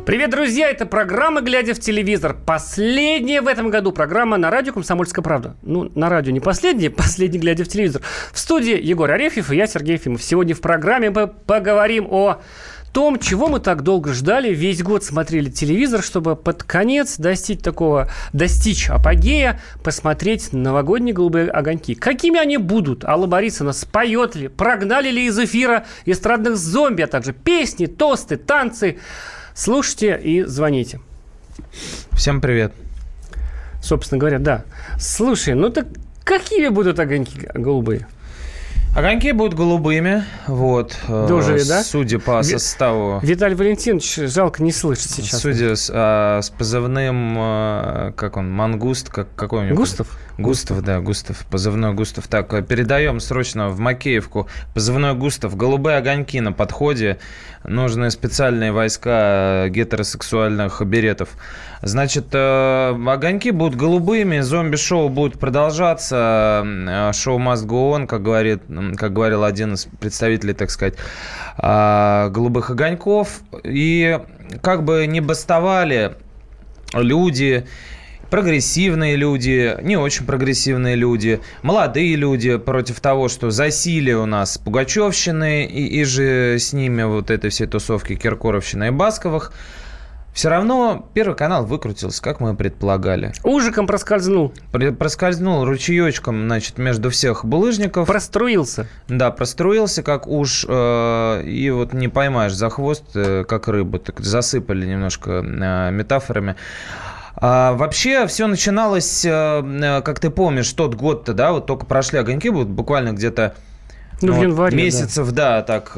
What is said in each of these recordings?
Привет, друзья! Это программа «Глядя в телевизор». Последняя в этом году программа на радио «Комсомольская правда». Ну, на радио не последняя, последняя «Глядя в телевизор». В студии Егор Арефьев и я, Сергей Ефимов. Сегодня в программе мы поговорим о том, чего мы так долго ждали. Весь год смотрели телевизор, чтобы под конец достичь апогея, посмотреть новогодние голубые огоньки. Какими они будут? Алла Борисовна споет ли? Прогнали ли из эфира эстрадных зомби, а также песни, тосты, танцы? Слушайте и звоните. Всем привет. Собственно говоря, да. Слушай, ну так какими будут огоньки голубые? Огоньки будут голубыми, вот. Дожили, да? Судя по составу. Виталий Валентинович, жалко, не слышит сейчас. Судя с позывным, как он, Мангуст, какой у него? Густав? Густав, да, Густав, позывной Густав. Так, передаем срочно в Макеевку позывной Густав. Голубые огоньки на подходе. Нужны специальные войска гетеросексуальных беретов. Значит, огоньки будут голубыми, зомби-шоу будет продолжаться, шоу must go on, как говорил один из представителей, так сказать, голубых огоньков. И как бы не бастовали люди, прогрессивные люди, не очень прогрессивные люди, молодые люди против того, что засилие у нас пугачевщины и же с ними вот этой всей тусовки Киркоровщины и Басковых, все равно Первый канал выкрутился, как мы предполагали. Ужиком проскользнул. Проскользнул ручеечком, значит, между всех булыжников. Проструился. Да, проструился, как уж, и вот не поймаешь за хвост, как рыбу. Так засыпали немножко метафорами. Вообще все начиналось, как ты помнишь, тот год-то, да, вот только прошли огоньки, будут буквально где-то в январе, месяцев, да, так,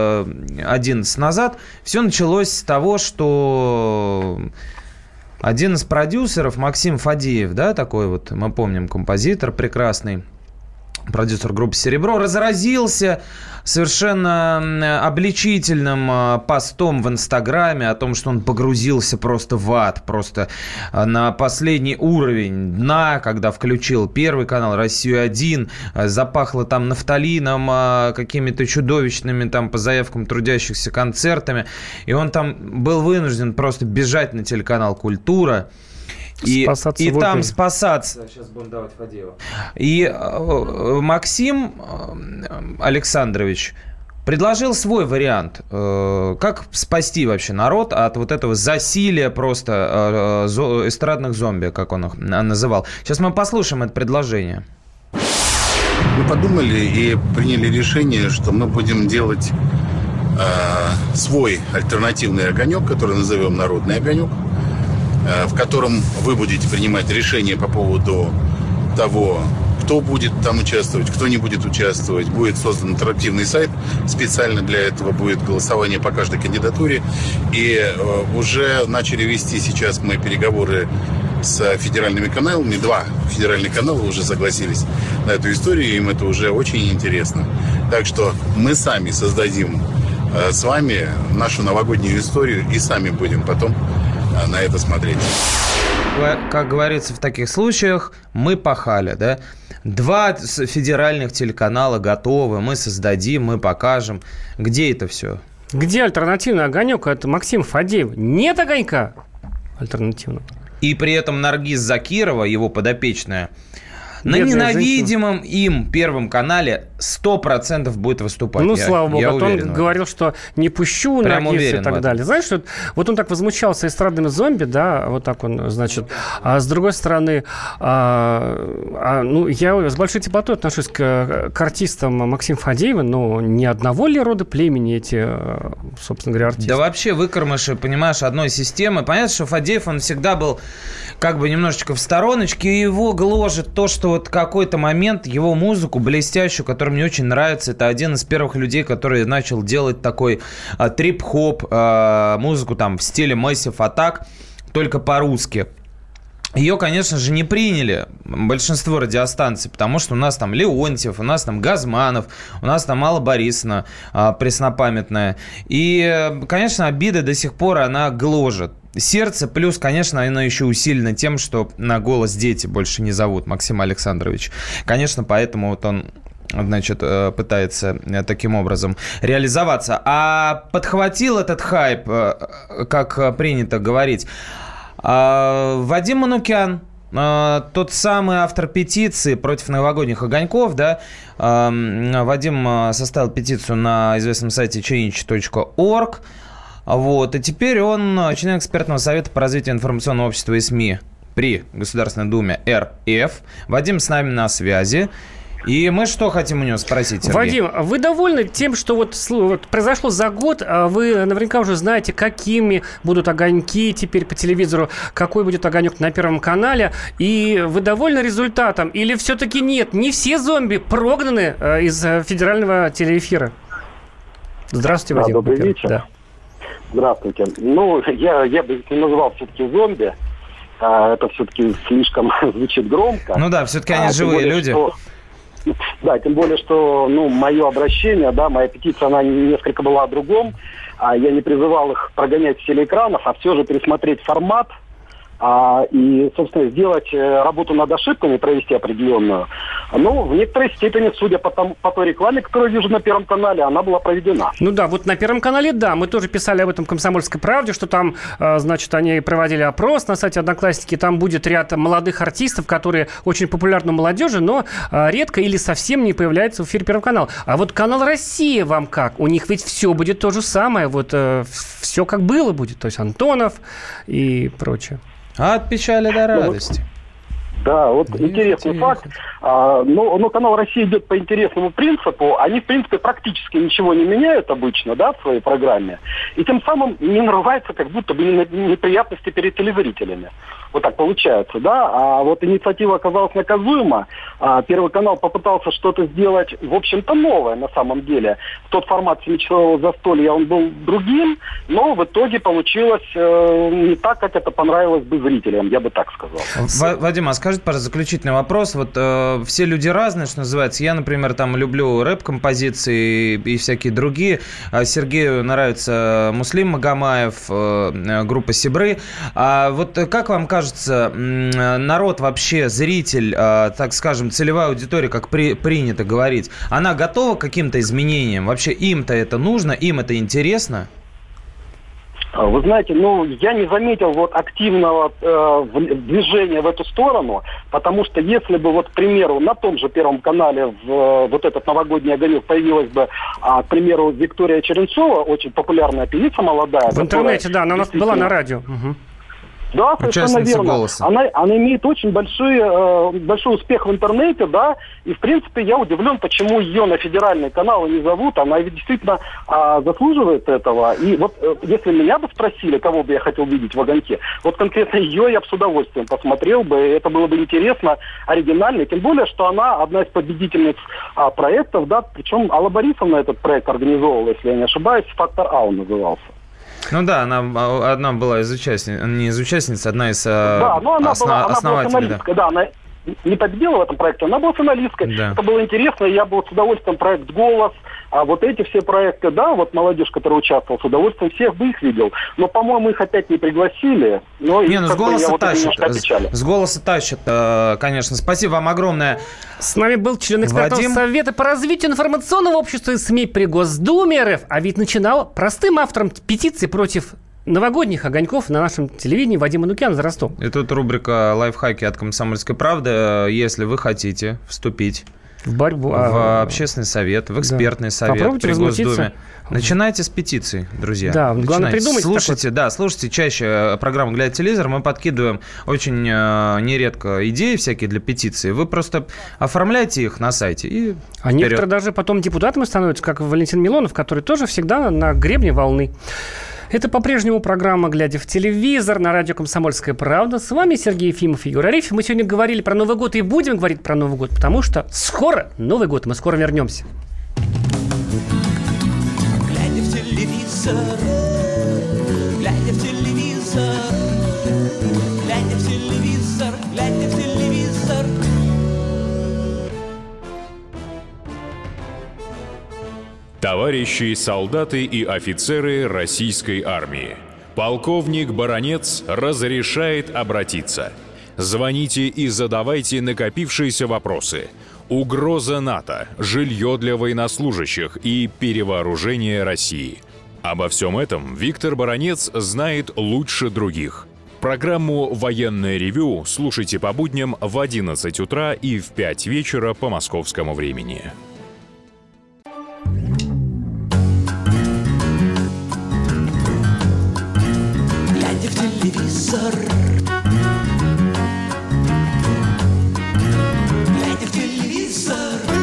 11 назад. Все началось с того, что один из продюсеров, Максим Фадеев, да, такой вот, мы помним, композитор прекрасный, продюсер группы «Серебро», разразился совершенно обличительным постом в Инстаграме о том, что он погрузился просто в ад, просто на последний уровень дна, когда включил Первый канал, Россию-1, запахло там нафталином, какими-то чудовищными там по заявкам трудящихся концертами, и он там был вынужден просто бежать на телеканал «Культура», и там спасаться. Сейчас будем давать Фадеева. И Максим Александрович предложил свой вариант, как спасти вообще народ от вот этого засилия просто эстрадных зомби, как он их называл. Сейчас мы послушаем это предложение. Мы подумали и приняли решение, что мы будем делать свой альтернативный огонек, который назовем «Народный огонек», в котором вы будете принимать решения по поводу того, кто будет там участвовать, кто не будет участвовать. Будет создан интерактивный сайт, специально для этого будет голосование по каждой кандидатуре. И уже начали вести сейчас мы переговоры с федеральными каналами. 2 федеральных канала уже согласились на эту историю, им это уже очень интересно. Так что мы сами создадим с вами нашу новогоднюю историю и сами будем потом на это смотреть. Как говорится в таких случаях, мы пахали, да? 2 федеральных телеканала готовы, мы создадим, мы покажем. Где это все? Где альтернативный огонек? Это Максим Фадеев. Нет огонька альтернативного. И при этом Наргиз Закирова, его подопечная, на ненавидимом им Первом канале 100% будет выступать. Ну, слава богу. Он говорил, что не пущу Наргиз и так далее. Знаешь, вот он так возмущался эстрадными зомби, да, вот так он, значит. А с другой стороны, ну, я с большой теплотой отношусь к артистам Максима Фадеева, но ни одного ли рода племени эти, собственно говоря, артисты? Да вообще выкормыши, понимаешь, одной системы. Понятно, что Фадеев, он всегда был как бы немножечко в стороночке, и его гложет то, что вот какой-то момент его музыку блестящую, которая мне очень нравится, это один из первых людей, который начал делать такой трип-хоп, музыку там в стиле Massive Attack, только по-русски. Ее, конечно же, не приняли большинство радиостанций, потому что у нас там Леонтьев, у нас там Газманов, у нас там Алла Борисовна преснопамятная. И, конечно, обида до сих пор, она гложет сердце. Плюс, конечно, оно еще усилено тем, что на голос дети больше не зовут Максима Александровича. Конечно, поэтому вот он значит, пытается таким образом реализоваться. А подхватил этот хайп, как принято говорить, Вадим Манукян, тот самый автор петиции против новогодних огоньков, да. Вадим составил петицию на известном сайте change.org. Вот, и теперь он член экспертного совета по развитию информационного общества и СМИ при Государственной Думе РФ. Вадим с нами на связи. И мы что хотим у него спросить, Сергей? Вадим, вы довольны тем, что вот произошло за год? Вы наверняка уже знаете, какими будут огоньки теперь по телевизору, какой будет огонек на Первом канале. И вы довольны результатом? Или все-таки нет? Не все зомби прогнаны из федерального телеэфира? Здравствуйте, Вадим. Добрый вечер. Да. Здравствуйте. Ну, я бы не назвал все-таки зомби. Это все-таки слишком звучит громко. Ну да, все-таки они живые люди. Да, тем более, что, мое обращение, да, моя петиция, она несколько была о другом. Я не призывал их прогонять с телеэкранов, а все же пересмотреть формат и, собственно, сделать работу над ошибками, провести определенную. В некоторой степени, судя по той рекламе, которую я вижу на Первом канале, она была проведена. Ну да, вот на Первом канале, да, мы тоже писали об этом в «Комсомольской правде», что там, значит, они проводили опрос на сайте «Одноклассники», там будет ряд молодых артистов, которые очень популярны у молодежи, но редко или совсем не появляются в эфире Первого канала. А вот канал «Россия» вам как? У них ведь все будет то же самое, вот все как было будет, то есть Антонов и прочее. От печали до радости. Да, вот интересный факт. Но канал «Россия» идет по интересному принципу. Они, в принципе, практически ничего не меняют обычно, да, в своей программе. И тем самым не нарываются как будто бы неприятности перед телезрителями. Вот так получается, да. А вот инициатива оказалась наказуема. Первый канал попытался что-то сделать, в общем-то, новое на самом деле. Тот формат 7-часового застолья, он был другим, но в итоге получилось не так, как это понравилось бы зрителям, я бы так сказал. Вадим, а скажите, пожалуйста, заключительный вопрос. Вот все люди разные, что называется. Я, например, там люблю рэп-композиции и всякие другие. Сергею нравится Муслим Магомаев, группа «Сибры». А вот как вам кажется, народ вообще, зритель, так скажем, целевая аудитория, как принято говорить, она готова к каким-то изменениям? Вообще им-то это нужно, им это интересно? Вы знаете, я не заметил активного движения в эту сторону, потому что если бы, к примеру, на том же Первом канале этот новогодний огонек появилась бы, к примеру, Виктория Черенцова, очень популярная певица молодая. В интернете, да, она у нас была на радио. Угу. Да, совершенно верно. Она имеет очень большой успех в интернете, да, и, в принципе, я удивлен, почему ее на федеральный канал не зовут. Она ведь действительно заслуживает этого. И вот если меня бы спросили, кого бы я хотел видеть в огоньке, вот конкретно ее я бы с удовольствием посмотрел бы, это было бы интересно, оригинально, тем более, что она одна из победительниц проектов, да, причем Алла Борисовна этот проект организовывала, если я не ошибаюсь, «Фактор А» он назывался. Ну да, она одна была из участниц, не из участниц, одна из основателей. Она была она не победила в этом проекте, она была финалисткой. Да. Это было интересно, я бы с удовольствием проект «Голос», а вот эти все проекты, да, молодежь, которая участвовала, с удовольствием всех бы их видел. Но, по-моему, их опять не пригласили. С «Голоса» тащат. С «Голоса» тащат, конечно. Спасибо вам огромное. С нами был член экспертного совета по развитию информационного общества и СМИ при Госдуме РФ. А ведь начинал простым автором петиции против новогодних огоньков на нашем телевидении Вадим Манукян. Здравствуйте. И тут рубрика «Лайфхаки от «Комсомольской правды». Если вы хотите вступить в борьбу, в общественный совет, в экспертный совет при Госдуме, начинайте с петиции, друзья. Да, главное придумать. Слушайте чаще программу «Глядя телевизор». Мы подкидываем очень нередко идеи всякие для петиции. Вы просто оформляйте их на сайте и вперед. Некоторые даже потом депутатами становятся, как Валентин Милонов, который тоже всегда на гребне волны. Это по-прежнему программа «Глядя в телевизор» на радио «Комсомольская правда». С вами Сергей Ефимов и Егор Арефьев. Мы сегодня говорили про Новый год и будем говорить про Новый год, потому что скоро Новый год, мы скоро вернемся. Глядя в телевизор, глядя в телевизор, глядя в телевизор, глядя в телевизор. Товарищи солдаты и офицеры российской армии, полковник Баранец разрешает обратиться. Звоните и задавайте накопившиеся вопросы. Угроза НАТО, жилье для военнослужащих и перевооружение России. Обо всем этом Виктор Баранец знает лучше других. Программу «Военное ревю» слушайте по будням в 11 утра и в 5 вечера по московскому времени. Глядя в телевизор, глядя в телевизор.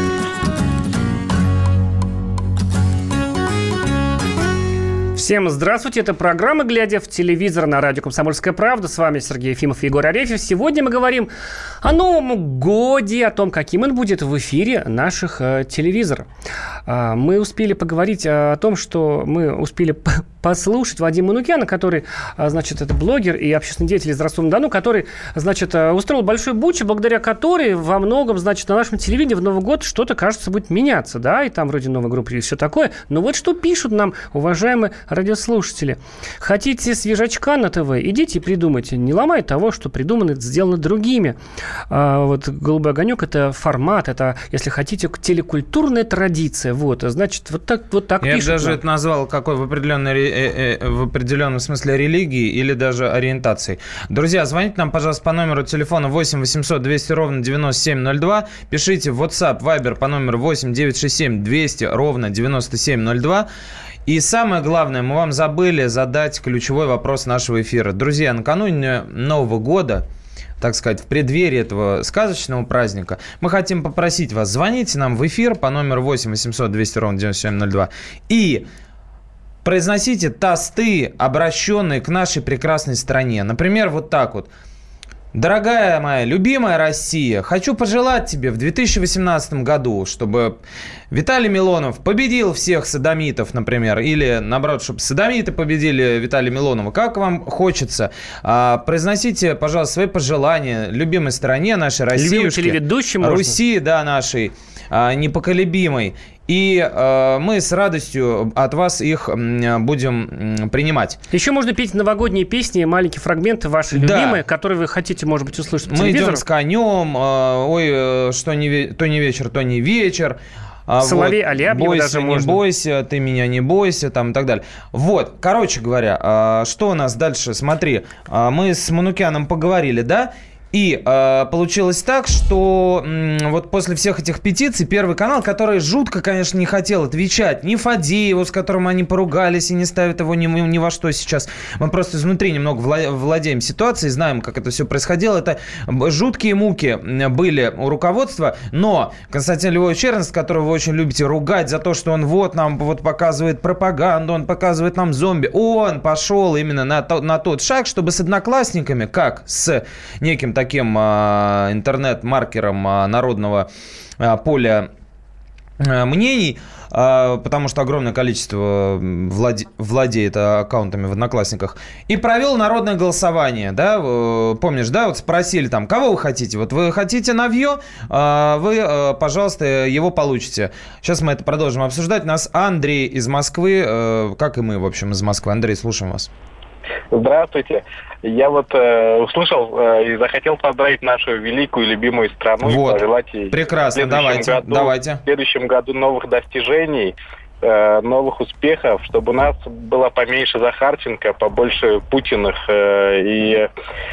Всем здравствуйте, это программа «Глядя в телевизор» на радио «Комсомольская правда». С вами Сергей Ефимов и Егор Арефьев. Сегодня мы говорим о Новом годе, о том, каким он будет в эфире наших телевизоров. Мы успели поговорить о том, что мы успели послушать Вадима Манукяна, который, значит, это блогер и общественный деятель из Ростова-на-Дону, который, значит, устроил большой бучи, благодаря которой во многом, значит, на нашем телевидении в Новый год что-то, кажется, будет меняться, да, и там вроде новая группа и все такое. Но вот что пишут нам уважаемые радиослушатели. Хотите свежачка на ТВ? Идите и придумайте. Не ломай того, что придумано, сделано другими. Вот «Голубой огонек» — это формат, это, если хотите, телекультурная традиция. Вот, значит, вот так Я пишут. даже это назвал какой в определенном смысле религии или даже ориентации. Друзья, звоните нам, пожалуйста, по номеру телефона 8 800 200 ровно 9702. Пишите в WhatsApp, Viber по номеру 8 967 200 ровно 9702. И самое главное, мы вам забыли задать ключевой вопрос нашего эфира. Друзья, накануне Нового года, так сказать, в преддверии этого сказочного праздника, мы хотим попросить вас, звоните нам в эфир по номеру 8 800 200 ровно 9702 и произносите тосты, обращенные к нашей прекрасной стране. Например, вот так вот. Дорогая моя любимая Россия, хочу пожелать тебе в 2018 году, чтобы Виталий Милонов победил всех содомитов, например, или, наоборот, чтобы содомиты победили Виталия Милонова. Как вам хочется? Произносите, пожалуйста, свои пожелания любимой стране нашей, России, Руси, да, нашей непоколебимой. И мы с радостью от вас их будем принимать. Еще можно петь новогодние песни, маленькие фрагменты ваши любимые, которые вы хотите, может быть, услышать по телевизору. Мы идем с конем, что не вечер, то не вечер. Соловей Алябьева даже можно. Не бойся, ты меня не бойся, там и так далее. Вот, короче говоря, что у нас дальше? Смотри, мы с Манукяном поговорили, да? И получилось так, что вот после всех этих петиций Первый канал, который жутко, конечно, не хотел отвечать ни Фадееву, с которым они поругались и не ставят его ни во что сейчас. Мы просто изнутри немного владеем ситуацией, знаем, как это все происходило. Это жуткие муки были у руководства, но Константин Львович Чернец, которого вы очень любите ругать за то, что он вот нам вот показывает пропаганду, он показывает нам зомби, он пошел именно на тот шаг, чтобы с одноклассниками, как с неким таким интернет-маркером народного поля мнений, потому что огромное количество владеет аккаунтами в Одноклассниках, и провел народное голосование, да, помнишь, да, вот спросили там, кого вы хотите, вот вы хотите Навье, вы, пожалуйста, его получите. Сейчас мы это продолжим обсуждать. Нас Андрей из Москвы, как и мы, в общем, из Москвы. Андрей, слушаем вас. Здравствуйте. Я вот услышал и захотел поздравить нашу великую и любимую страну. Вот. И пожелать ей прекрасно, давайте. В следующем году новых достижений, новых успехов, чтобы у нас было поменьше Захарченко, побольше Путиных и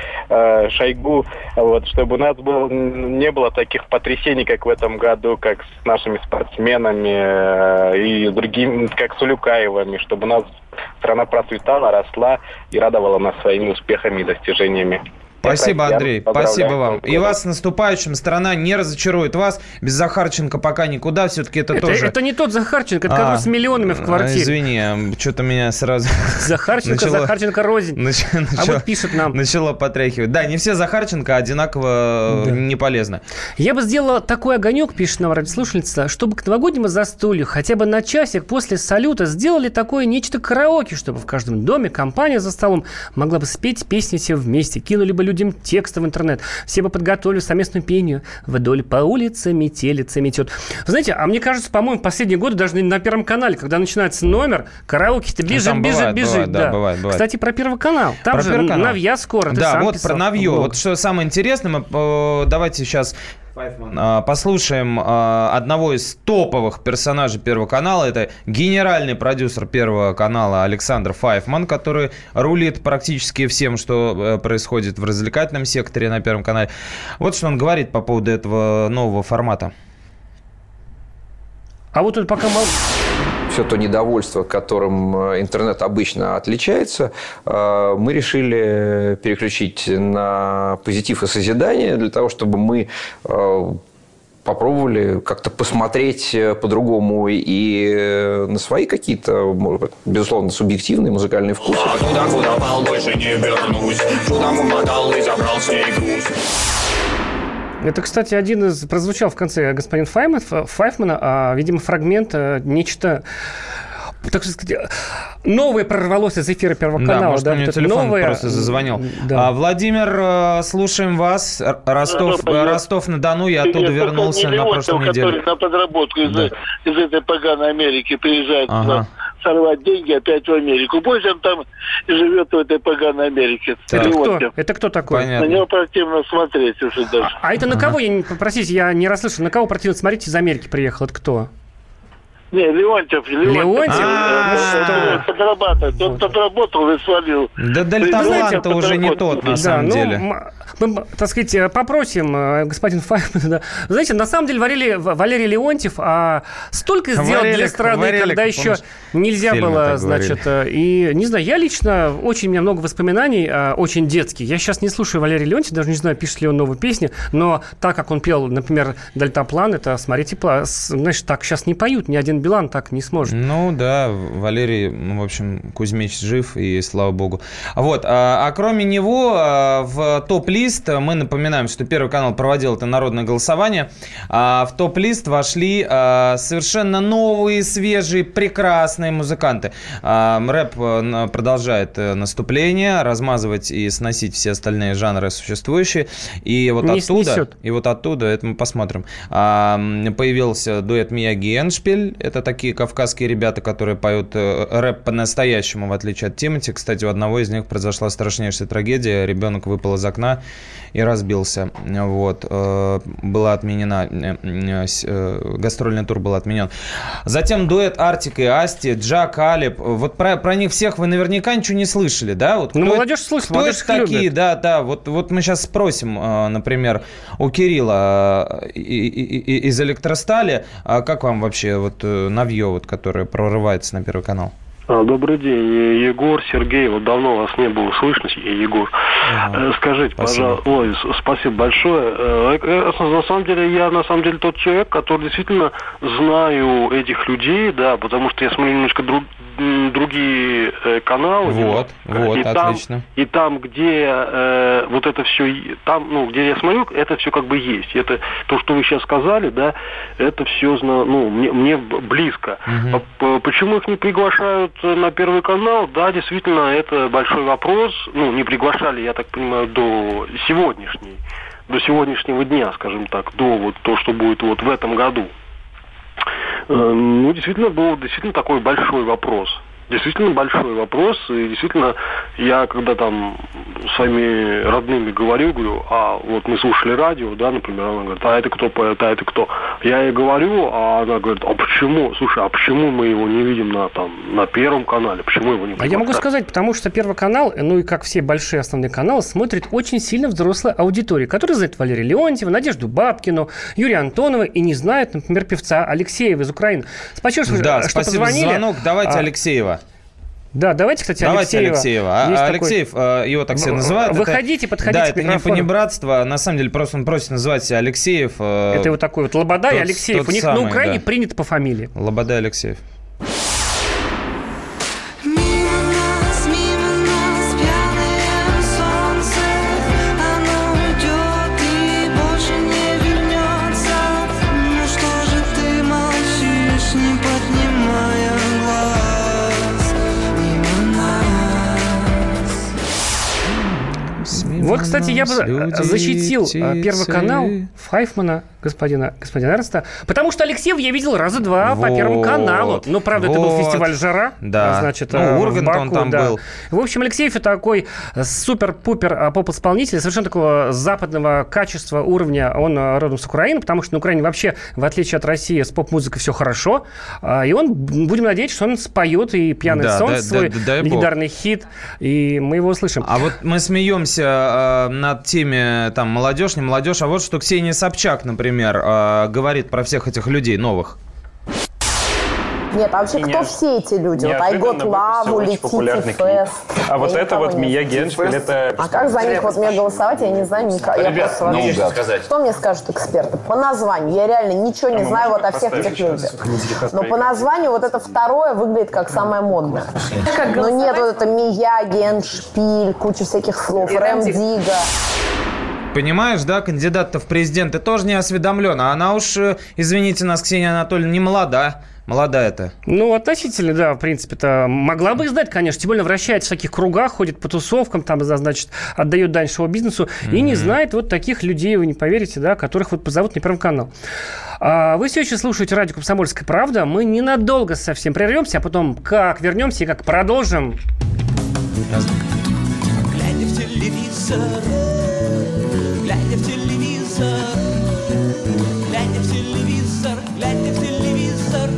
Шойгу, вот, чтобы у нас не было таких потрясений, как в этом году, как с нашими спортсменами и другими, как с Улюкаевыми, чтобы у нас страна процветала, росла и радовала нас своими успехами и достижениями. Спасибо, Андрей. Спасибо вам. И вас с наступающим. Страна не разочарует вас. Без Захарченко пока никуда. Все-таки это тоже... Это не тот Захарченко, это который с миллионами в квартире. Извини, что-то меня сразу... Захарченко рознь. А вот пишут нам. Начало потряхивать. Да, не все Захарченко одинаково не полезны. Я бы сделала такой огонек, пишет нам радиослушательница, чтобы к новогоднему застолью хотя бы на часик после салюта сделали такое нечто караоке, чтобы в каждом доме компания за столом могла бы спеть песни все вместе, кинули бы людям тексты в интернет. Все бы подготовили совместную пению. Вдоль по улице метелица метет. Вы знаете, а мне кажется, по-моему, последние годы даже на Первом канале, когда начинается номер, караоке-то бежит. Бывает. Кстати, про Первый канал. Там про же Навья скоро. Да, вот про Навью. Вот что самое интересное, давайте сейчас Послушаем одного из топовых персонажей Первого канала. Это генеральный продюсер Первого канала Александр Файфман, который рулит практически всем, что происходит в развлекательном секторе на Первом канале. Вот что он говорит по поводу этого нового формата. А вот тут пока все то недовольство, которым интернет обычно отличается, мы решили переключить на позитив и созидание для того, чтобы мы попробовали как-то посмотреть по-другому и на свои какие-то, безусловно, субъективные музыкальные вкусы. Туда, куда пал, больше не вернусь. Чудом умотал и забрал с ней груз. Это, кстати, прозвучал в конце господин Файфмана, видимо, фрагмент, нечто, так сказать, новое прорвалось из эфира Первого канала. Может, у него телефон просто зазвонил. Да. Владимир, слушаем вас. Ростов-на-Дону, я оттуда вернулся на прошлой неделе. Который на подработку из этой поганой Америки приезжает сорвать деньги опять в Америку. Пусть он там и живет в этой поганой Америке. Это кто такой? Понятно. На него противно смотреть уже даже. А это на кого? Простите, я не расслышал. На кого противно смотреть? Из Америки приехал. Это кто? Не, Леонтьев. Подрабатывает. Он подработал и свалил. Да дельтаплан-то уже не тот, на самом деле. Мы, так сказать, попросим господин Файфмана. Знаете, на самом деле Валерий Леонтьев столько сделал для страны, когда еще нельзя было, значит, и не знаю, я лично, у меня много воспоминаний, очень детских. Я сейчас не слушаю Валерия Леонтьева, даже не знаю, пишет ли он новую песню, но так, как он пел, например, «Дельтаплан», это, смотрите, значит, так сейчас не поют, ни один Билан так не сможет. Ну да, Валерий, в общем, Кузьмич жив, и слава богу. Вот, а кроме него в топ-лист мы напоминаем, что Первый канал проводил это народное голосование. В топ-лист вошли совершенно новые, свежие, прекрасные музыканты. Рэп продолжает наступление, размазывать и сносить все остальные жанры существующие. И вот оттуда, это мы посмотрим, появился дуэт Мияги и Эншпиль. Это такие кавказские ребята, которые поют рэп по-настоящему, в отличие от Тимати. Кстати, у одного из них произошла страшнейшая трагедия. Ребенок выпал из окна и разбился. Вот. Была отменена, гастрольный тур был отменен. Затем дуэт Артик и Асти, Джак, Алип. Вот про них всех вы наверняка ничего не слышали, да? Вот молодежь слышит, кто это такие? Любит. Да. Вот мы сейчас спросим, например, у Кирилла из Электростали, как вам вообще вот новье, которое прорывается на Первый канал? Добрый день, Егор, Сергей. Вот давно вас не было слышно, Егор. Скажите, пожалуйста, спасибо большое. На самом деле тот человек, который действительно знаю этих людей, да, потому что я смотрю немножко другие каналы. Вот, отлично. Там, где вот это все, там, где я смотрю, это все как бы есть. Это то, что вы сейчас сказали, да, это все, мне близко. Угу. Почему их не приглашают на Первый канал? Да, действительно, это большой вопрос. Не приглашали, я так понимаю, до сегодняшнего дня, скажем так, до вот то, что будет вот в этом году. Действительно, был такой большой вопрос. Действительно большой вопрос. И действительно, я когда там своими родными говорю, вот мы слушали радио, да, например, она говорит, а это кто поет, а это кто? Я ей говорю, а она говорит, а почему? Слушай, а почему мы его не видим на Первом канале? Почему его не видим? А я могу сказать, потому что Первый канал, и как все большие основные каналы, смотрит очень сильно взрослая аудитория, которая знает Валерия Леонтьева, Надежду Бабкину, Юрия Антонова и не знает, например, певца Алексеева из Украины. Спасибо, что спасибо за звонок. Давайте Алексеева. Да, давайте, кстати, Алексеева. Алексеев, его так все называют. Выходите, подходите к микрофону. Да, это не понебратство. На самом деле, просто он просит называть себя Алексеев. Это вот такой вот Лобода и Алексеев. У них на Украине принято по фамилии. Лобода и Алексеев. Вот, кстати, я бы защитил Первый канал Файфмана, господина Эрнста, потому что Алексеева я видел раза два по Первому каналу. Но, правда, это был фестиваль «Жара». Да. Значит, Ургант Баку, он там был. В общем, Алексеев это такой супер-пупер поп-исполнитель, совершенно такого западного качества, уровня. Он родом с Украины, потому что на Украине вообще, в отличие от России, с поп-музыкой все хорошо. И он, будем надеяться, что он споет и «Пьяный сон», свой легендарный хит, и мы его услышим. А вот мы смеемся над теми, там, молодежь, не молодежь, а вот что Ксения Собчак, например, говорит про всех этих людей новых. Нет, а вообще кто все эти люди? Вот Айгот Лаву, Летити Фест. А вот это вот Мия Геншпиль, это... А как за них вот мне голосовать, я не знаю никак. Ребят, что мне скажут эксперты? По названию. Я реально ничего не знаю вот о всех этих людях. Но по названию вот это второе выглядит как самое модное. Но нет, вот это Мия Геншпиль, куча всяких слов, Рэм Дига. Понимаешь, да, кандидат-то в президенты тоже не осведомлен. А она уж, извините нас, Ксения Анатольевна, не молода. Молодая-то. Ну, относительно, да, в принципе-то. Могла бы и знать, конечно. Тем более вращается в таких кругах, ходит по тусовкам, там, значит, отдает дань шоу-бизнесу. И не знает вот таких людей, вы не поверите, да, которых вот позовут на Первый канал. Вы все еще слушаете радио «Комсомольская правда». Мы ненадолго совсем прервемся, а потом как вернемся и как продолжим. Глядя в телевизор, глядя в телевизор, глядя в телевизор, глядя в телевизор.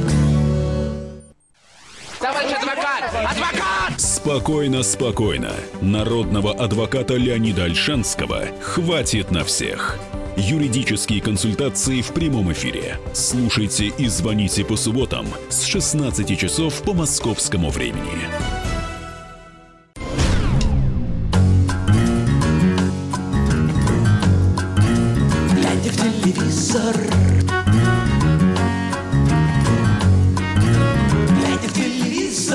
Товарищ адвокат! Адвокат! Спокойно, спокойно. Народного адвоката Леонида Ольшанского хватит на всех. Юридические консультации в прямом эфире. Слушайте и звоните по субботам с 16 часов по московскому времени. Глядя в телевизор, глядя в телевизор.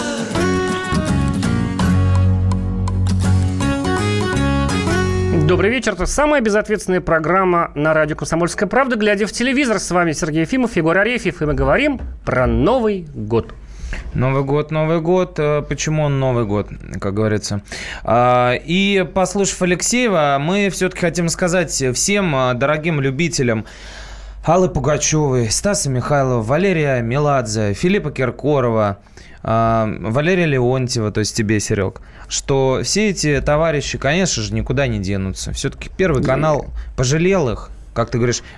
Добрый вечер. Это самая безответственная программа на радио «Комсомольская правда». Глядя в телевизор, с вами Сергей Ефимов, Егор Арефьев, и мы говорим про Новый год. Новый год, Новый год. Почему он Новый год, как говорится? И, послушав Алексеева, мы все-таки хотим сказать всем дорогим любителям Аллы Пугачевой, Стаса Михайлова, Валерия Меладзе, Филиппа Киркорова, Валерия Леонтьева, то есть тебе, Серег, что все эти товарищи, конечно же, никуда не денутся. Все-таки Первый канал пожалел их, как ты говоришь,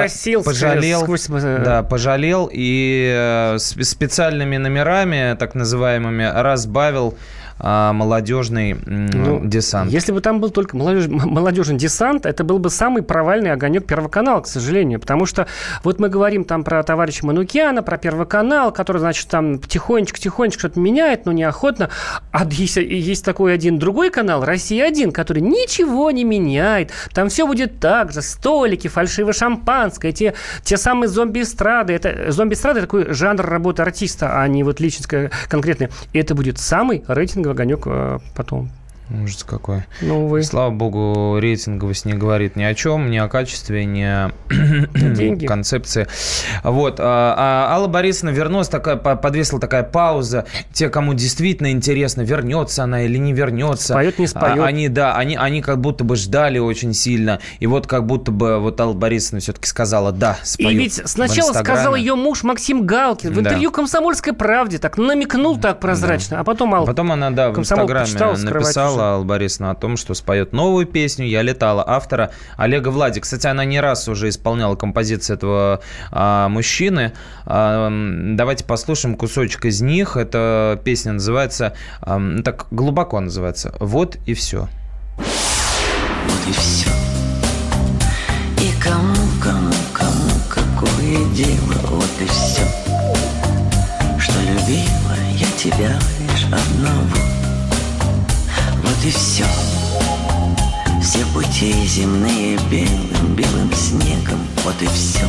пожалел и специальными номерами, так называемыми, разбавил молодежный десант. Если бы там был только молодежный десант, это был бы самый провальный огонек Первого канала, к сожалению. Потому что вот мы говорим там про товарища Манукяна, про Первый канал, который, значит, там тихонечко что-то меняет, но неохотно. А есть такой один другой канал, «Россия-1», который ничего не меняет. Там все будет так же. Столики, фальшивое шампанское, те самые зомби-эстрады. Зомби-эстрада – это такой жанр работы артиста, а не вот личность конкретная. И это будет самый рейтинговый огонек потом. Ужас какой. Ну, увы. Слава богу, рейтинговость не говорит ни о чем, ни о качестве, ни о концепции. Вот. Алла Борисовна вернулась, подвесила такая пауза. Те, кому действительно интересно, вернется она или не вернется. Споет, не споет. Они как будто бы ждали очень сильно. И вот как будто бы вот Алла Борисовна все-таки сказала, да, спою. И ведь сначала сказал ее муж Максим Галкин в интервью «Комсомольской правде», так намекнул так прозрачно, а потом Алла она, в Инстаграме написала, Алла Борисовна, о том, что споет новую песню «Я летала» автора Олега Влади. Кстати, она не раз уже исполняла композиции этого мужчины. Давайте послушаем кусочек из них. Эта песня называется, так глубоко называется «Вот и все». Вот и все. И кому какое дело. Вот и все. Что любила я тебя лишь одного. Вот и все. Все пути земные белым снегом. Вот и все.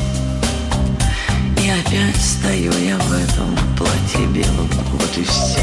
И опять стою я в этом платье белом. Вот и все.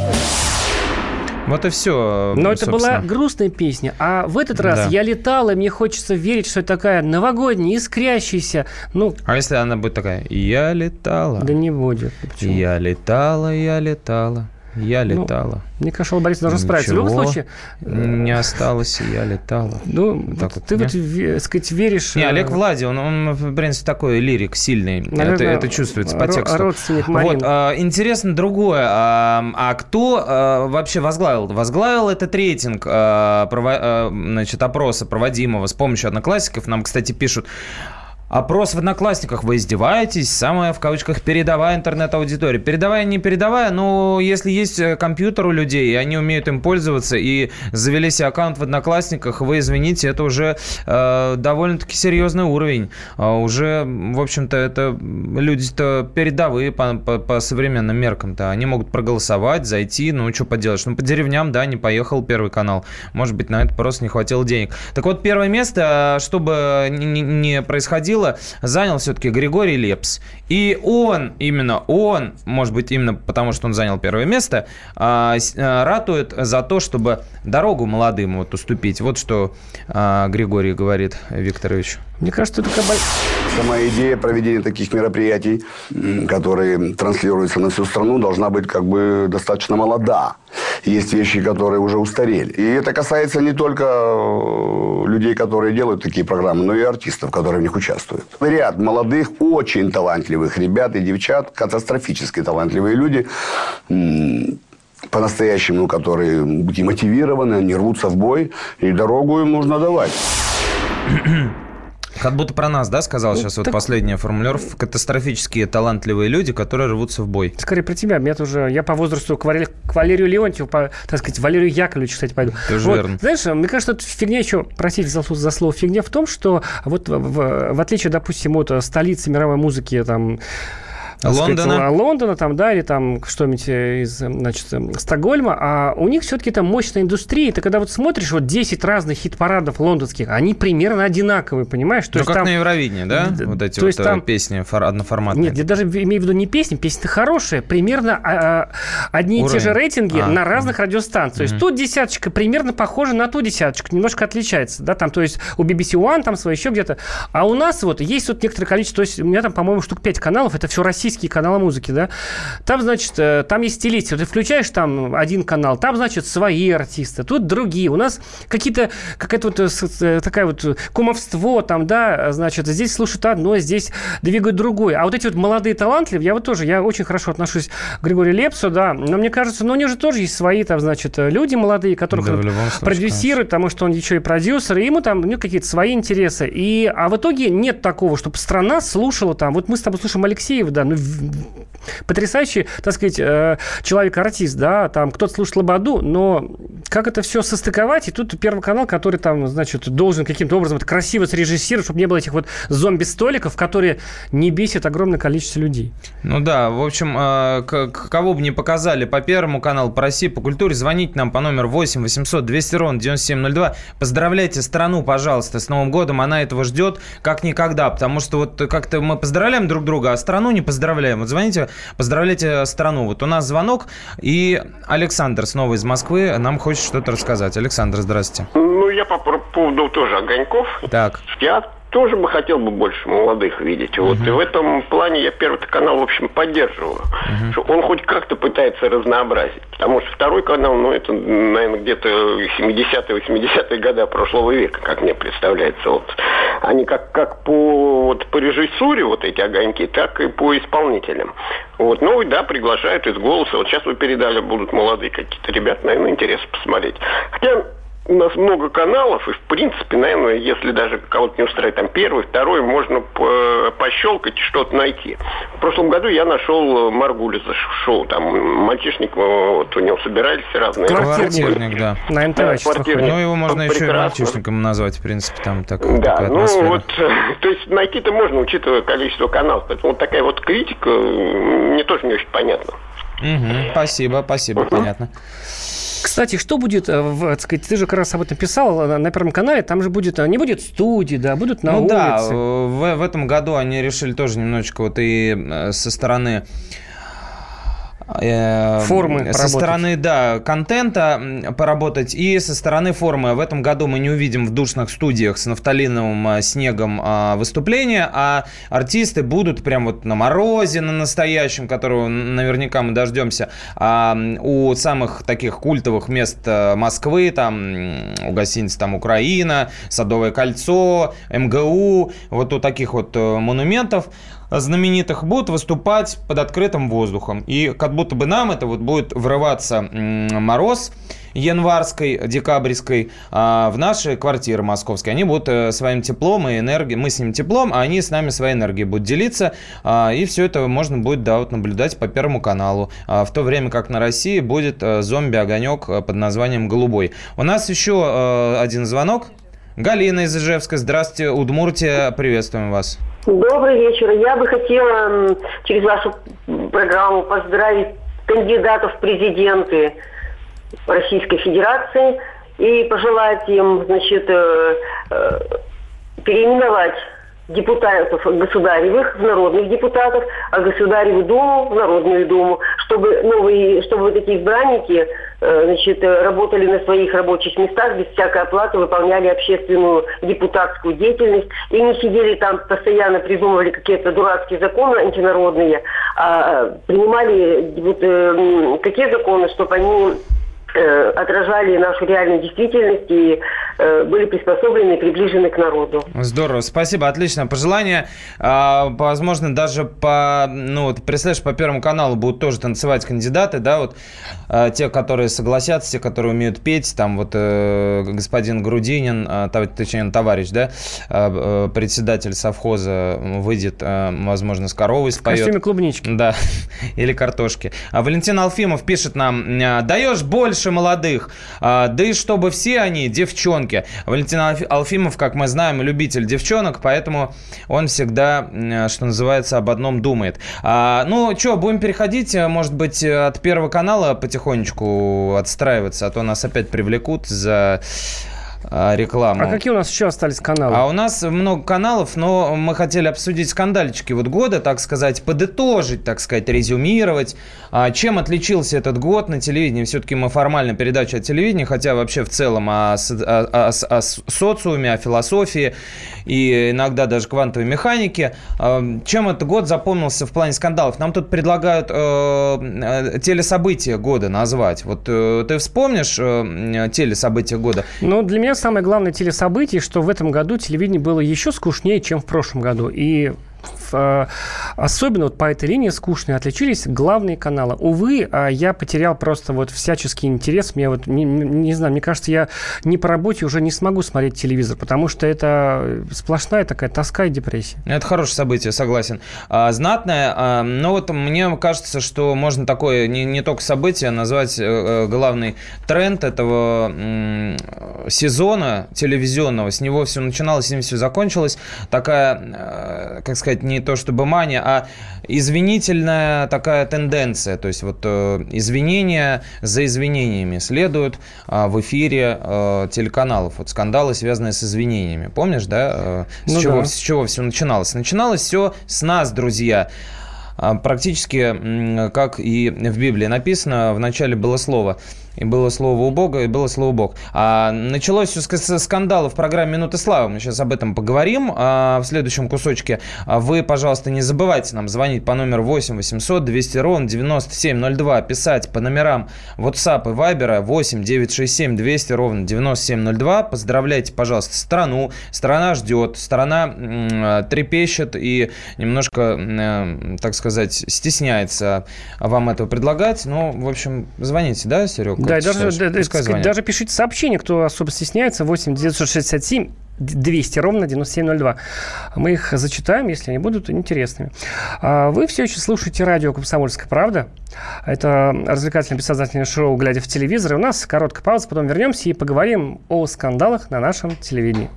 Вот и все. Но это была грустная песня. А в этот раз «Я летала», и мне хочется верить, что это такая новогодняя, искрящаяся. А если она будет такая «Я летала»? Да не будет. Почему? Я летала. Я летала. Мне кажется, Борис должен справиться. В любом случае... Не осталось, и я летала. Ну, ты вот, сказать, веришь... Не, Олег Влади, он, в принципе, такой лирик сильный. Наверное, это чувствуется по тексту. Родственник Марины. Вот, интересно другое. А кто вообще возглавил? Возглавил этот рейтинг опроса, проводимого с помощью одноклассников. Нам, кстати, пишут... Опрос в Одноклассниках. Вы издеваетесь? Самая, в кавычках, передовая интернет-аудитория. Передовая, не передовая, но если есть компьютер у людей, и они умеют им пользоваться, и завели себе аккаунт в Одноклассниках, вы извините, это уже довольно-таки серьезный уровень. Уже, в общем-то, это люди-то передовые по современным меркам-то. Они могут проголосовать, зайти, ну, что поделаешь. Ну, по деревням, да, не поехал Первый канал. Может быть, на это просто не хватило денег. Так вот, первое место, чтобы не происходило, занял все-таки Григорий Лепс. И именно он, может быть, именно потому, что он занял первое место, ратует за то, чтобы дорогу молодым вот уступить. Вот что Григорий говорит Викторович. Мне кажется, это такая... Сама идея проведения таких мероприятий, которые транслируются на всю страну, должна быть как бы достаточно молода. Есть вещи, которые уже устарели. И это касается не только людей, которые делают такие программы, но и артистов, которые в них участвуют. Ряд молодых, очень талантливых ребят и девчат, катастрофически талантливые люди, по-настоящему, которые и мотивированы, они рвутся в бой, и дорогу им нужно давать. Как будто про нас, да, сказал сейчас вот последняя формулировка. Катастрофические талантливые люди, которые рвутся в бой. Скорее про тебя. Я по возрасту к Валерию Леонтьеву, так сказать, Валерию Яковлевичу, кстати, пойду. Тоже верно. Знаешь, мне кажется, это фигня еще, простите за слово фигня, в том, что вот в отличие, допустим, от столицы мировой музыки, там, Лондона, там, да, или там что-нибудь из, значит, Стокгольма, а у них все-таки там мощная индустрия. Ты когда вот смотришь, вот 10 разных хит-парадов лондонских, они примерно одинаковые, понимаешь? То есть как там... на Евровидении, да? Вот эти вот там... песни одноформатные. Нет, я даже имею в виду не песни, песни-то хорошие, примерно одни и те же рейтинги на разных радиостанциях. То есть тут десяточка примерно похожа на ту десяточку, немножко отличается, да, там, то есть у BBC One там свои еще где-то. А у нас вот есть вот некоторое количество, то есть у меня там, по-моему, штук 5 каналов, это все российские каналы музыки, да, там, значит, там есть стилистика, ты включаешь там один канал, там, значит, свои артисты, тут другие, у нас какая-то вот такая вот кумовство там, да, значит, здесь слушают одно, здесь двигают другое, а вот эти вот молодые талантливые, я очень хорошо отношусь к Григорию Лепсу, да, но мне кажется, у него же тоже есть свои, там, значит, люди молодые, которых он продюсирует, потому что он еще и продюсер, и ему там, у него какие-то свои интересы, а в итоге нет такого, чтобы страна слушала там, вот мы с тобой слушаем Алексеева, да, ну, потрясающий, так сказать, человек-артист, да, там кто-то слушает Лободу, но как это все состыковать, и тут Первый канал, который там, значит, должен каким-то образом это красиво срежиссировать, чтобы не было этих вот зомби-столиков, которые не бесят огромное количество людей. Ну да, в общем, кого бы не показали по Первому каналу, по России, по культуре, звоните нам по номеру 8 800 200 ровно 9702. Поздравляйте страну, пожалуйста, с Новым годом, она этого ждет как никогда, потому что вот как-то мы поздравляем друг друга, а страну не поздравляем. Вот звоните, поздравляйте страну. Вот у нас звонок, и Александр снова из Москвы нам хочет что-то рассказать. Александр, здравствуйте. Ну, я по поводу тоже огоньков. Так. Я тоже бы хотел больше молодых видеть. Вот. И в этом плане я Первый канал, в общем, поддерживаю. Что он хоть как-то пытается разнообразить. Потому что Второй канал, ну, это, наверное, где-то 70-е, 80-е годы прошлого века, как мне представляется. Вот. Они как по режиссуре, вот эти огоньки, так и по исполнителям. Вот. Ну, и да, приглашают из «Голоса». Вот сейчас вы передали, будут молодые какие-то ребята, наверное, интересно посмотреть. Хотя... У нас много каналов, и, в принципе, наверное, если даже кого-то не устраивает там Первый, Второй, можно пощелкать и что-то найти. В прошлом году я нашел Маргулиса шоу, там мальчишник, вот у него собирались разные... Квартирник, да. На НТВ. Квартирник. Ну, его можно еще и мальчишником назвать, в принципе, там такая атмосфера. Ну, вот, то есть найти-то можно, учитывая количество каналов. Поэтому вот такая вот критика мне тоже не очень понятна. Спасибо, понятно. Кстати, что будет, так сказать, ты же как раз об этом писал на Первом канале, там же не будет студии, да, будут на улице. Да, в этом году они решили тоже немножечко вот и со стороны формы со стороны, да, контента поработать и со стороны формы. В этом году мы не увидим в душных студиях с нафталиновым снегом выступления, а артисты будут прям вот на морозе, на настоящем, которого наверняка мы дождемся, у самых таких культовых мест Москвы, там у гостиницы там Украина, Садовое кольцо, МГУ, вот у таких вот монументов знаменитых будут выступать под открытым воздухом. И как будто бы нам это вот будет врываться мороз январской, декабрьской в наши квартиры московские. Они будут своим теплом и энергией, мы с ним теплом, а они с нами своей энергией будут делиться. И все это можно будет, да, вот наблюдать по Первому каналу. В то время как на России будет зомби-огонек под названием «Голубой». У нас еще один звонок. Галина из Ижевска. Здравствуйте, Удмуртия. Приветствуем вас. Добрый вечер. Я бы хотела через вашу программу поздравить кандидатов в президенты Российской Федерации и пожелать им, значит, переименовать депутатов государевых в народных депутатов, а Государеву Думу в Народную Думу, чтобы вот эти избранники, значит, работали на своих рабочих местах без всякой оплаты, выполняли общественную депутатскую деятельность и не сидели там, постоянно придумывали какие-то дурацкие законы антинародные, а принимали вот такие законы, чтобы они отражали нашу реальную действительность и были приспособлены и приближены к народу. Здорово, спасибо, отличное пожелание. Возможно, даже представляешь, по Первому каналу будут тоже танцевать кандидаты, да, вот те, которые согласятся, те, которые умеют петь, там вот господин Грудинин, точнее, товарищ, да, председатель совхоза выйдет, возможно, с коровой споет. В костюме клубнички. Да, или картошки. Валентин Алфимов пишет нам: даешь больше молодых, да и чтобы все они девчонки. Валентин Алфимов, как мы знаем, любитель девчонок, поэтому он всегда, что называется, об одном думает. Ну, что, будем переходить, может быть, от Первого канала потихонечку отстраиваться, а то нас опять привлекут за рекламу. А какие у нас еще остались каналы? А у нас много каналов, но мы хотели обсудить скандальчики вот года, так сказать, подытожить, так сказать, резюмировать. Чем отличился этот год на телевидении? Все-таки мы формально передача о телевидении, хотя вообще в целом о социуме, о философии и иногда даже квантовой механике. Чем этот год запомнился в плане скандалов? Нам тут предлагают телесобытия года назвать. Вот ты вспомнишь телесобытия года? Ну, для меня самое главное телесобытие, что в этом году телевидение было еще скучнее, чем в прошлом году. И особенно вот по этой линии скучные отличились главные каналы. Увы, я потерял просто вот всяческий интерес. Мне вот, не знаю, мне кажется, я не по работе уже не смогу смотреть телевизор, потому что это сплошная такая тоска и депрессия. Это хорошее событие, согласен. Знатное, но вот мне кажется, что можно такое не только событие назвать главный тренд этого сезона телевизионного. С него все начиналось, с ним все закончилось. Такая, как сказать, не то чтобы мания, а извинительная такая тенденция. То есть вот извинения за извинениями следуют в эфире телеканалов. Вот скандалы, связанные с извинениями. Помнишь, да? С чего все начиналось? Начиналось все с нас, друзья. Практически, как и в Библии написано, в начале было слово. И было слово у Бога, и было слово Бог. Началось все с скандала в программе «Минуты славы». Мы сейчас об этом поговорим в следующем кусочке. Вы, пожалуйста, не забывайте нам звонить по номеру 8 800 200 ровно 9702, писать по номерам WhatsApp и Viber 8 967 200 ровно 9702. Поздравляйте, пожалуйста, страну. Страна ждет, страна трепещет и немножко, так сказать, стесняется вам этого предлагать. Ну, в общем, звоните, да, Серега? Да, даже пишите сообщения, кто особо стесняется, 8 967 200 ровно 9702. Мы их зачитаем, если они будут интересными. Вы все еще слушаете радио «Комсомольская правда». Это развлекательно-бессознательное шоу «Глядя в телевизор». И у нас короткая пауза, потом вернемся и поговорим о скандалах на нашем телевидении.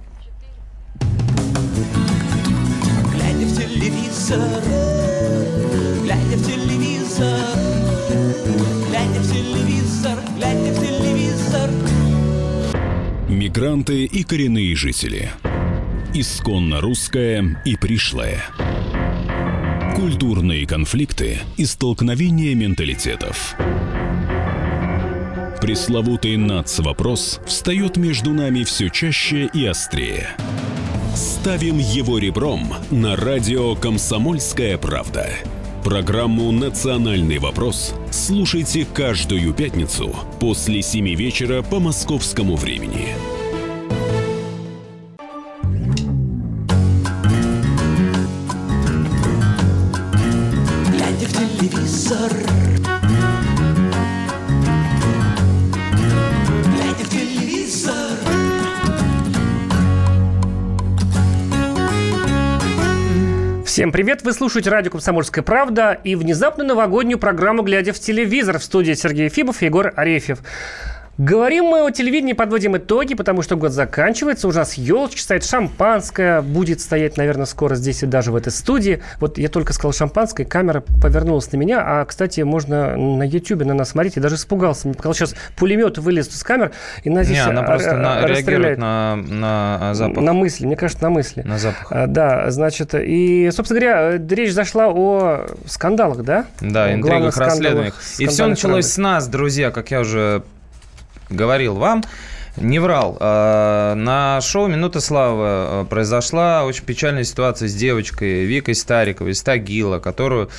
Глядя в телевизор, глядя в телевизор, глядя в телевизор, глядя в телевизор. Мигранты и коренные жители. Исконно русское и пришлое. Культурные конфликты и столкновения менталитетов. Пресловутый НАЦ-вопрос встает между нами все чаще и острее. Ставим его ребром на радио «Комсомольская правда». Программу «Национальный вопрос» слушайте каждую пятницу после 7 вечера по московскому времени. Глядя в телевизор, глядя в телевизор. Всем привет! Вы слушаете радио «Комсомольская правда» и внезапно новогоднюю программу «Глядя в телевизор». В студии Сергей Ефимов и Егор Арефьев. Говорим мы о телевидении, подводим итоги, потому что год заканчивается, у нас елочки стоит, шампанское будет стоять, наверное, скоро здесь и даже в этой студии. Вот я только сказал шампанское, камера повернулась на меня, а, кстати, можно на Ютьюбе на нас смотреть, я даже испугался, мне показалось, сейчас пулемет вылезет из камер и нас здесь она просто реагирует на запах. На мысли, мне кажется, на мысли. На запах. Да, значит, и, собственно говоря, речь зашла о скандалах, да? Да, интригах, расследованиях. И все началось с нас, друзья, как я уже говорил вам, не врал. На шоу «Минута славы» произошла очень печальная ситуация с девочкой Викой Стариковой из Тагила, которую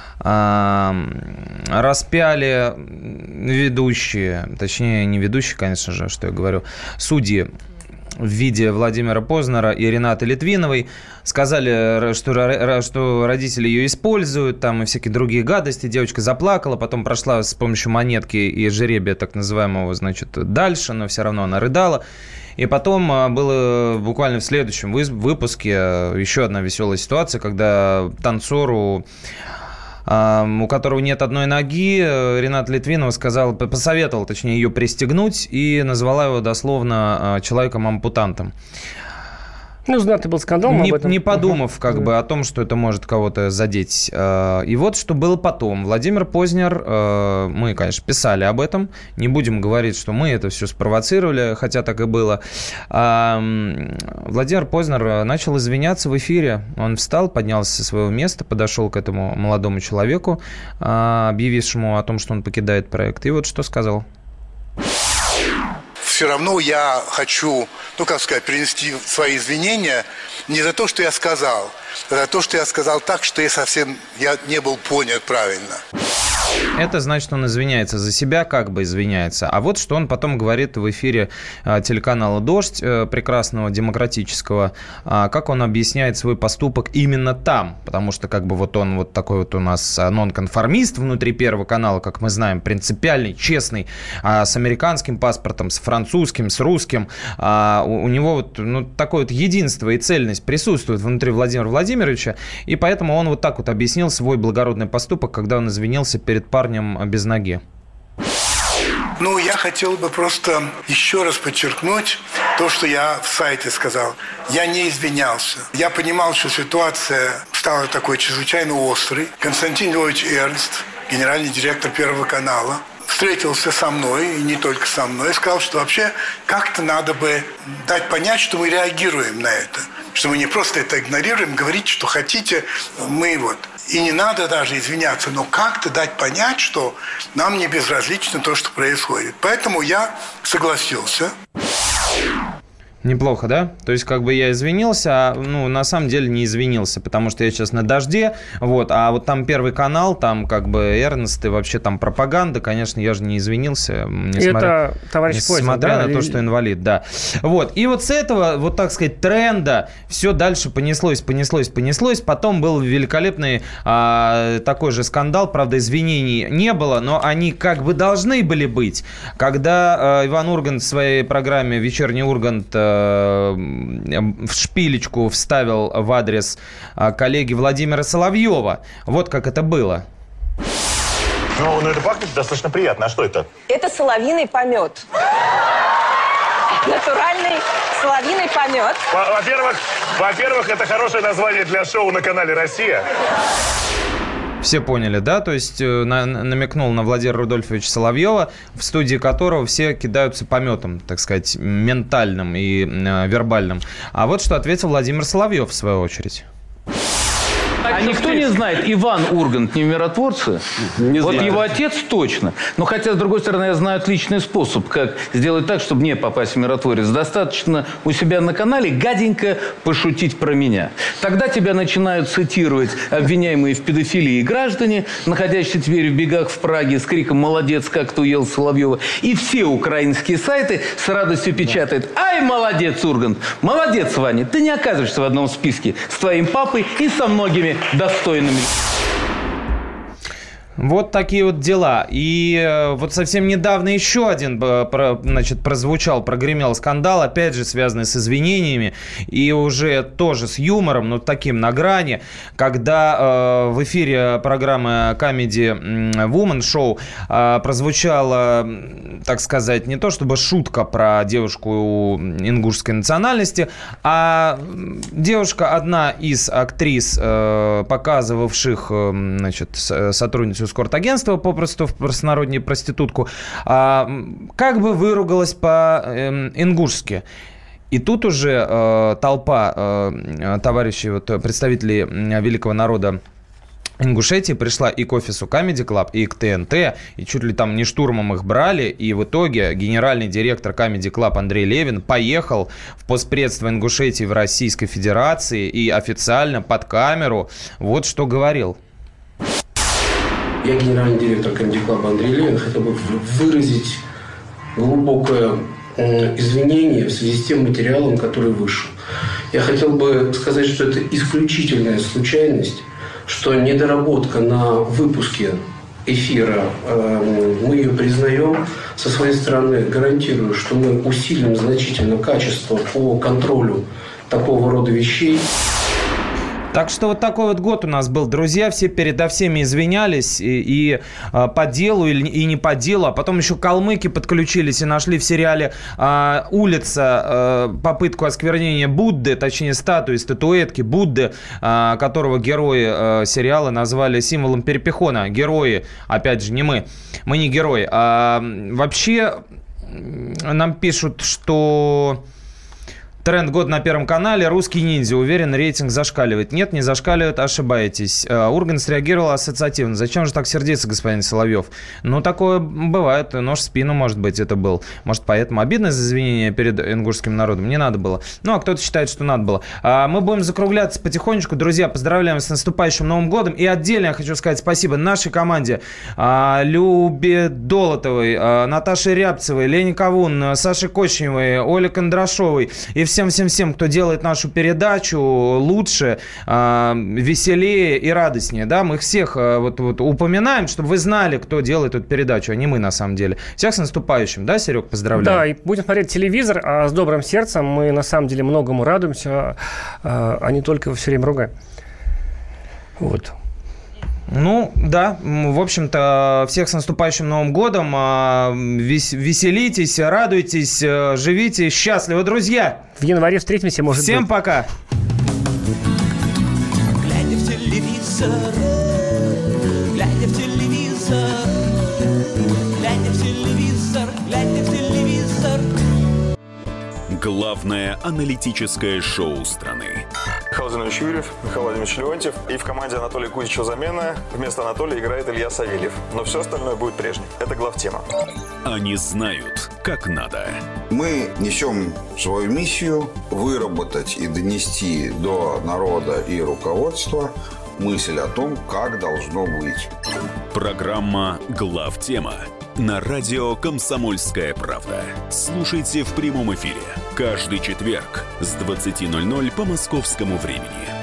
распяли ведущие, точнее, не ведущие, конечно же, что я говорю, судьи в виде Владимира Познера и Ренаты Литвиновой. Сказали, что родители ее используют, там и всякие другие гадости. Девочка заплакала, потом прошла с помощью монетки и жеребия, так называемого, значит, дальше, но все равно она рыдала. И потом было буквально в следующем выпуске еще одна веселая ситуация, когда танцору, у которого нет одной ноги, Рената Литвинова посоветовала, точнее, ее пристегнуть и назвала его дословно человеком-ампутантом. Ну, знатный был скандал. Не подумав о том, что это может кого-то задеть. И вот что было потом. Владимир Познер, мы, конечно, писали об этом. Не будем говорить, что мы это все спровоцировали, хотя так и было. Владимир Познер начал извиняться в эфире. Он встал, поднялся со своего места, подошел к этому молодому человеку, объявившему о том, что он покидает проект. И вот что сказал. Все равно я хочу, принести свои извинения не за то, что я сказал, а за то, что я сказал так, что я не был понят правильно. Это значит, он извиняется за себя, как бы извиняется. А вот что он потом говорит в эфире телеканала «Дождь», прекрасного, демократического, как он объясняет свой поступок именно там. Потому что он вот такой вот у нас нонконформист внутри Первого канала, как мы знаем, принципиальный, честный, с американским паспортом, с французским, с русским. У него такое вот единство и цельность присутствует внутри Владимира Владимировича. И поэтому он вот так вот объяснил свой благородный поступок, когда он извинился перед парнем без ноги. Я хотел бы просто еще раз подчеркнуть то, что я в сайте сказал. Я не извинялся. Я понимал, что ситуация стала такой чрезвычайно острой. Константин Львович Эрнст, генеральный директор Первого канала, встретился со мной, и не только со мной, и сказал, что вообще как-то надо бы дать понять, что мы реагируем на это. Что мы не просто это игнорируем, говорить, что хотите, мы вот. И не надо даже извиняться, но как-то дать понять, что нам не безразлично то, что происходит. Поэтому я согласился. Неплохо, да? То есть, я извинился, на самом деле не извинился, потому что я сейчас на «Дожде», а вот там Первый канал, там Эрнст и вообще там пропаганда, конечно, я же не извинился, несмотря на то, что инвалид, да. И вот с этого, тренда все дальше понеслось, потом был великолепный такой же скандал, правда, извинений не было, но они должны были быть, когда Иван Ургант в своей программе «Вечерний Ургант» в шпилечку вставил в адрес коллеги Владимира Соловьева. Вот как это было. Это пахнет достаточно приятно. А что это? Это соловьиный помет. Натуральный соловьиный помет. Во-первых, это хорошее название для шоу на канале «Россия». Все поняли, да? То есть намекнул на Владимира Рудольфовича Соловьева, в студии которого все кидаются пометом, так сказать, ментальным и вербальным. А вот что ответил Владимир Соловьев в свою очередь. А никто не знает, Иван Ургант не в «Миротворце»? Вот его отец точно. Но хотя, с другой стороны, я знаю отличный способ, как сделать так, чтобы не попасть в «Миротворец». Достаточно у себя на канале гаденько пошутить про меня. Тогда тебя начинают цитировать обвиняемые в педофилии граждане, находящиеся теперь в бегах в Праге с криком «Молодец, как ты уел Соловьева». И все украинские сайты с радостью печатают: «Ай, молодец, Ургант! Молодец, Ваня! Ты не оказываешься в одном списке с твоим папой и со многими достойными». Вот такие вот дела. И вот совсем недавно еще один, прогремел скандал, опять же, связанный с извинениями, и уже тоже с юмором, но таким на грани, когда в эфире программы Comedy Woman Show прозвучала, так сказать, не то чтобы шутка про девушку ингушской национальности, а девушка, одна из актрис, показывавших, значит, сотрудницу эскорт-агентства, попросту в простонародье проститутку, как бы выругалась по-ингушски. И тут уже толпа товарищей, вот, представителей великого народа Ингушетии пришла и к офису Comedy Club, и к ТНТ, и чуть ли там не штурмом их брали, и в итоге генеральный директор Comedy Club Андрей Левин поехал в постпредство Ингушетии в Российской Федерации и официально под камеру вот что говорил. Я, генеральный директор Comedy Club Андрей Левин, хотел бы выразить глубокое извинение в связи с тем материалом, который вышел. Я хотел бы сказать, что это исключительная случайность, что недоработка на выпуске эфира, мы ее признаем. Со своей стороны гарантирую, что мы усилим значительно качество по контролю такого рода вещей. Так что вот такой вот год у нас был, друзья, все передо всеми извинялись и по делу, и не по делу, а потом еще калмыки подключились и нашли в сериале «Улица» попытку осквернения Будды, точнее статуэтки Будды, которого герои сериала назвали символом перепихона. Герои, опять же, не мы не герои. Вообще нам пишут, что... Тренд год на Первом канале. Русский ниндзя. Уверен, рейтинг зашкаливает. Нет, не зашкаливает, ошибаетесь. Ургант среагировал ассоциативно. Зачем же так сердиться, господин Соловьев? Ну, такое бывает. Нож в спину, может быть, это был. Может, поэтому обидно за извинения перед ингушским народом. Не надо было. Ну, а кто-то считает, что надо было. Мы будем закругляться потихонечку. Друзья, поздравляем с наступающим Новым годом. И отдельно я хочу сказать спасибо нашей команде. Любе Долотовой, Наташе Рябцевой, Лене Кавун, Саше Кочневой, Оле Кондрашовой и всем-всем-всем, кто делает нашу передачу лучше, веселее и радостнее. Да? Мы их всех вот упоминаем, чтобы вы знали, кто делает эту передачу, а не мы на самом деле. Всех с наступающим, да, Серег, поздравляю. Да, и будем смотреть телевизор с добрым сердцем. Мы на самом деле многому радуемся, а не только все время ругаем. Вот. Ну, да, в общем-то, всех с наступающим Новым годом. Веселитесь, радуйтесь, живите счастливо, друзья. В январе встретимся, может Всем быть. пока. Глядя в телевизор, глядя в телевизор, глядя в телевизор, глядя в телевизор. Главное аналитическое шоу страны. Михаил Владимирович Юрьев, Михаил Владимирович Леонтьев. И в команде Анатолия Кузичева замена. Вместо Анатолия играет Илья Савельев. Но все остальное будет прежним. Это главтема. Они знают, как надо. Мы несем свою миссию выработать и донести до народа и руководства мысль о том, как должно быть. Программа «Главтема» на радио «Комсомольская правда». Слушайте в прямом эфире каждый четверг с 20:00 по московскому времени.